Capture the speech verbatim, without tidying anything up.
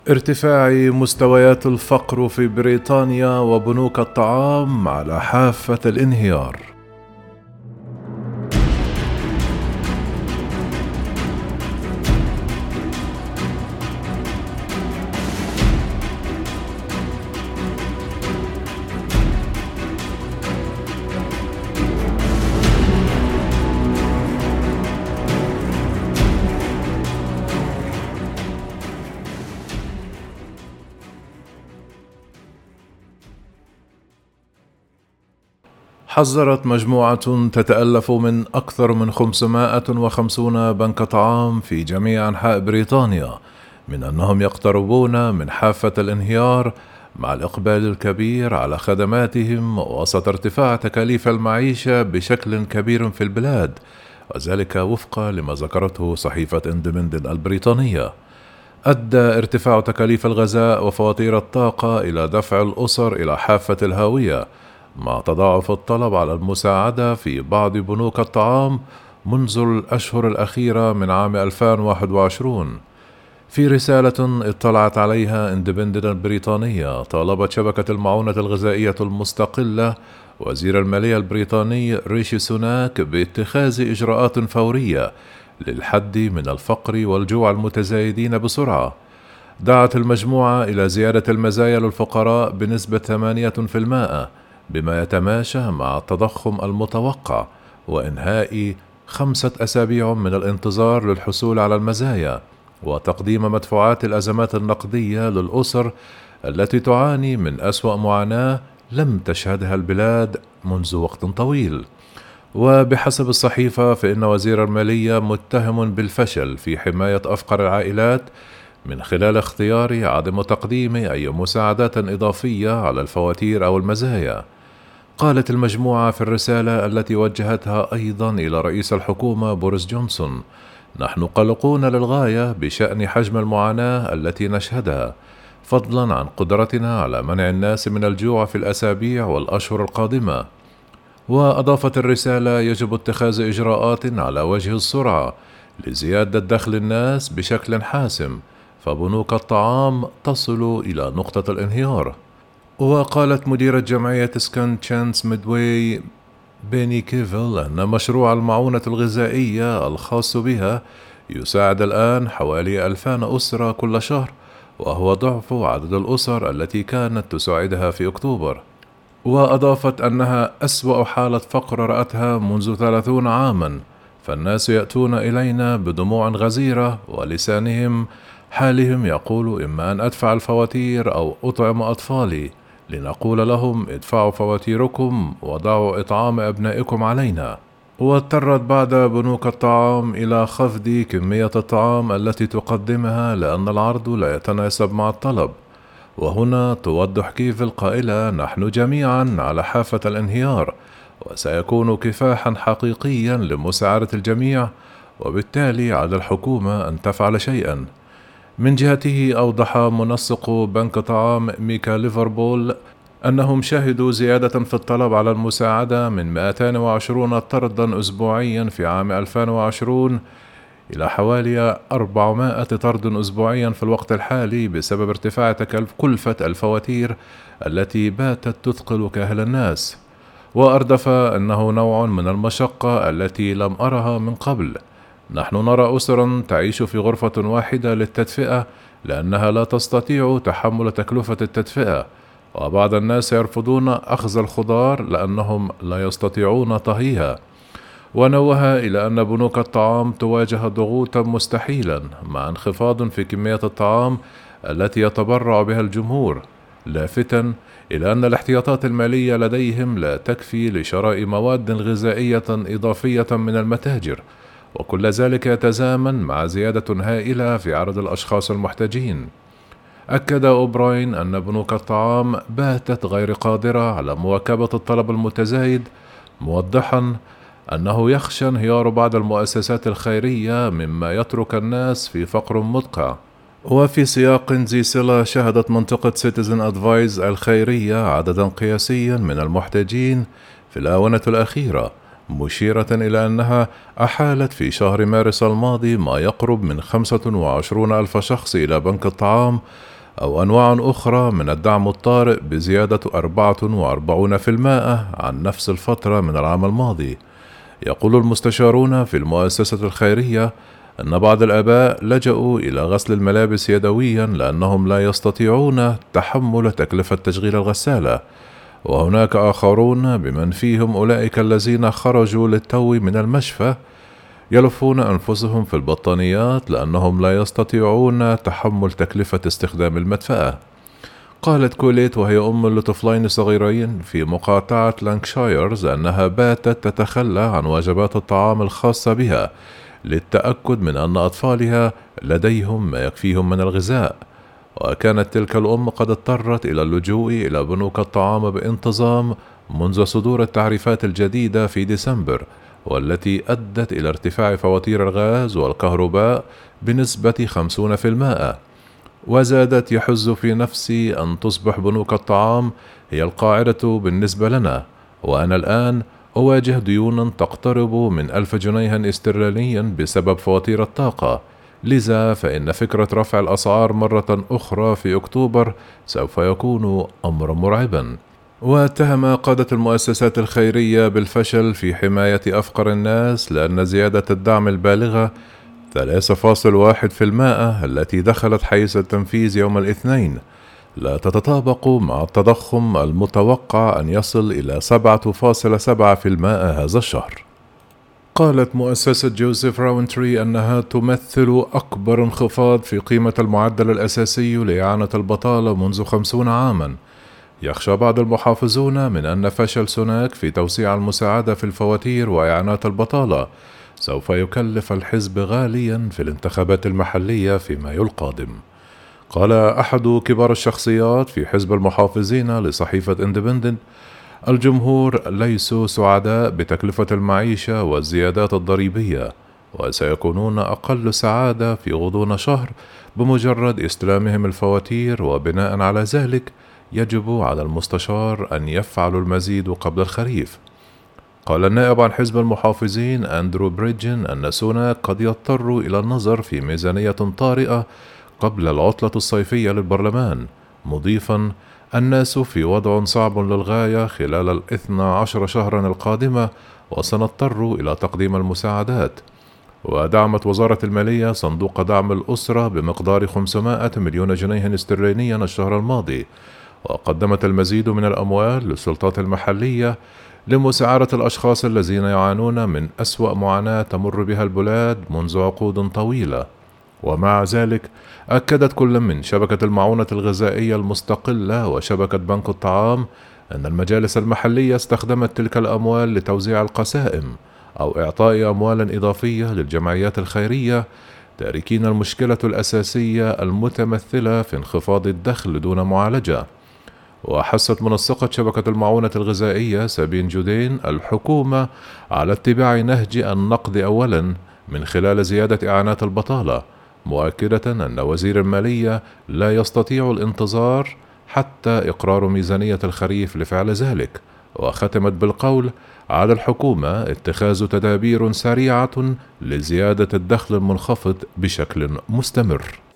ارتفاع مستويات الفقر في بريطانيا وبنوك الطعام على حافة الانهيار. حذرت مجموعة تتألف من أكثر من خمسمائة وخمسين بنك طعام في جميع أنحاء بريطانيا من أنهم يقتربون من حافة الانهيار، مع الإقبال الكبير على خدماتهم وسط ارتفاع تكاليف المعيشة بشكل كبير في البلاد، وذلك وفقا لما ذكرته صحيفة اندبندنت البريطانية. أدى ارتفاع تكاليف الغذاء وفواتير الطاقة إلى دفع الأسر إلى حافة الهاوية، مع تضاعف الطلب على المساعدة في بعض بنوك الطعام منذ الأشهر الأخيرة من عام ألفين وواحد وعشرين. في رسالة اطلعت عليها اندبندنت البريطانية، طالبت شبكة المعونة الغذائية المستقلة وزير المالية البريطاني ريشي سوناك باتخاذ إجراءات فورية للحد من الفقر والجوع المتزايدين بسرعة. دعت المجموعة إلى زيادة المزايا للفقراء بنسبة ثمانية بالمئة بما يتماشى مع التضخم المتوقع، وإنهاء خمسة أسابيع من الانتظار للحصول على المزايا، وتقديم مدفوعات الأزمات النقدية للأسر التي تعاني من أسوأ معاناة لم تشهدها البلاد منذ وقت طويل. وبحسب الصحيفة فإن وزير المالية متهم بالفشل في حماية أفقر العائلات من خلال اختيار عدم تقديم أي مساعدات إضافية على الفواتير أو المزايا. قالت المجموعة في الرسالة التي وجهتها أيضا إلى رئيس الحكومة بوريس جونسون: نحن قلقون للغاية بشأن حجم المعاناة التي نشهدها، فضلا عن قدرتنا على منع الناس من الجوع في الأسابيع والأشهر القادمة. وأضافت الرسالة: يجب اتخاذ إجراءات على وجه السرعة لزيادة دخل الناس بشكل حاسم، فبنوك الطعام تصل إلى نقطة الانهيار. وقالت مديرة جمعية سكان تشانس ميدواي بيني كيفل أن مشروع المعونة الغذائية الخاص بها يساعد الآن حوالي ألفان أسرة كل شهر، وهو ضعف عدد الأسر التي كانت تساعدها في أكتوبر. وأضافت أنها أسوأ حالة فقر رأتها منذ ثلاثون عاما، فالناس يأتون إلينا بدموع غزيرة ولسانهم حالهم يقول: إما أن أدفع الفواتير أو أطعم أطفالي، لنقول لهم: ادفعوا فواتيركم وضعوا إطعام أبنائكم علينا. واضطرت بعض بنوك الطعام إلى خفض كمية الطعام التي تقدمها لأن العرض لا يتناسب مع الطلب. وهنا توضح كيف القائلة: نحن جميعا على حافة الانهيار، وسيكون كفاحا حقيقيا لمساعدة الجميع، وبالتالي على الحكومة أن تفعل شيئا. من جهته أوضح منسق بنك طعام ميكا ليفربول أنهم شهدوا زيادة في الطلب على المساعدة من مئتين وعشرين طردا أسبوعيا في عام ألفين وعشرين إلى حوالي أربعمائة طرد أسبوعيا في الوقت الحالي، بسبب ارتفاع كلفة الفواتير التي باتت تثقل كاهل الناس. وأردف أنه نوع من المشقة التي لم أرها من قبل. نحن نرى أسرا تعيش في غرفة واحدة للتدفئة لأنها لا تستطيع تحمل تكلفة التدفئة، وبعض الناس يرفضون أخذ الخضار لأنهم لا يستطيعون طهيها. ونوه إلى أن بنوك الطعام تواجه ضغوطا مستحيلا مع انخفاض في كمية الطعام التي يتبرع بها الجمهور، لافتا إلى أن الاحتياطات المالية لديهم لا تكفي لشراء مواد غذائية إضافية من المتاجر، وكل ذلك يتزامن مع زيادة هائلة في عدد الأشخاص المحتاجين. أكد أوبراين أن بنوك الطعام باتت غير قادرة على مواكبة الطلب المتزايد، موضحا أنه يخشى انهيار بعض المؤسسات الخيرية مما يترك الناس في فقر مدقع. وفي سياق ذي صلة، شهدت منطقة سيتيزن أدفايز الخيرية عددا قياسيا من المحتاجين في الآونة الأخيرة، مشيرة إلى أنها أحالت في شهر مارس الماضي ما يقرب من خمسة وعشرين ألف شخص إلى بنك الطعام أو أنواع أخرى من الدعم الطارئ بزيادة أربعة وأربعين بالمئة عن نفس الفترة من العام الماضي. يقول المستشارون في المؤسسة الخيرية أن بعض الآباء لجأوا إلى غسل الملابس يدويا لأنهم لا يستطيعون تحمل تكلفة تشغيل الغسالة، وهناك آخرون بمن فيهم أولئك الذين خرجوا للتو من المشفى يلفون أنفسهم في البطانيات لأنهم لا يستطيعون تحمل تكلفة استخدام المدفأة. قالت كوليت وهي أم لطفلين صغيرين في مقاطعة لانكشايرز أنها باتت تتخلى عن وجبات الطعام الخاصة بها للتأكد من أن أطفالها لديهم ما يكفيهم من الغذاء، وكانت تلك الأم قد اضطرت إلى اللجوء إلى بنوك الطعام بانتظام منذ صدور التعريفات الجديدة في ديسمبر، والتي أدت إلى ارتفاع فواتير الغاز والكهرباء بنسبة خمسين بالمئة. وزادت: يحز في نفسي أن تصبح بنوك الطعام هي القاعدة بالنسبة لنا، وأنا الآن أواجه ديونا تقترب من ألف جنيه استرلينيا بسبب فواتير الطاقة، لذا فإن فكرة رفع الأسعار مرة أخرى في أكتوبر سوف يكون أمرا مرعبا. واتهم قادة المؤسسات الخيرية بالفشل في حماية أفقر الناس لأن زيادة الدعم البالغة ثلاثة فاصلة واحد بالمئة التي دخلت حيز التنفيذ يوم الاثنين لا تتطابق مع التضخم المتوقع أن يصل إلى سبعة فاصلة سبعة بالمئة هذا الشهر. قالت مؤسسة جوزيف راونتري أنها تمثل أكبر انخفاض في قيمة المعدل الأساسي لإعانة البطالة منذ خمسين عاما. يخشى بعض المحافظون من أن فشل سوناك في توسيع المساعدة في الفواتير وإعانات البطالة سوف يكلف الحزب غاليا في الانتخابات المحلية في مايو القادم. قال أحد كبار الشخصيات في حزب المحافظين لصحيفة اندبندنت: الجمهور ليسوا سعداء بتكلفة المعيشة والزيادات الضريبية، وسيكونون أقل سعادة في غضون شهر بمجرد استلامهم الفواتير، وبناء على ذلك يجب على المستشار أن يفعل المزيد قبل الخريف. قال النائب عن حزب المحافظين أندرو بريدجن أن سوناك قد يضطر إلى النظر في ميزانية طارئة قبل العطلة الصيفية للبرلمان، مضيفا: الناس في وضع صعب للغاية خلال الاثنى عشر شهرا القادمة، وسنضطر إلى تقديم المساعدات. ودعمت وزارة المالية صندوق دعم الأسرة بمقدار خمسمائة مليون جنيه استرلينيا الشهر الماضي، وقدمت المزيد من الأموال للسلطات المحلية لمساعدة الأشخاص الذين يعانون من أسوأ معاناة تمر بها البلاد منذ عقود طويلة. ومع ذلك أكدت كل من شبكة المعونة الغذائية المستقلة وشبكة بنك الطعام أن المجالس المحلية استخدمت تلك الأموال لتوزيع القسائم أو إعطاء أموال إضافية للجمعيات الخيرية، تاركين المشكلة الأساسية المتمثلة في انخفاض الدخل دون معالجة. وحثت منسقة شبكة المعونة الغذائية سابين جودين الحكومة على اتباع نهج النقد أولا من خلال زيادة إعانات البطالة، مؤكدة أن وزير المالية لا يستطيع الانتظار حتى إقرار ميزانية الخريف لفعل ذلك. وختمت بالقول: على الحكومة اتخاذ تدابير سريعة لزيادة الدخل المنخفض بشكل مستمر.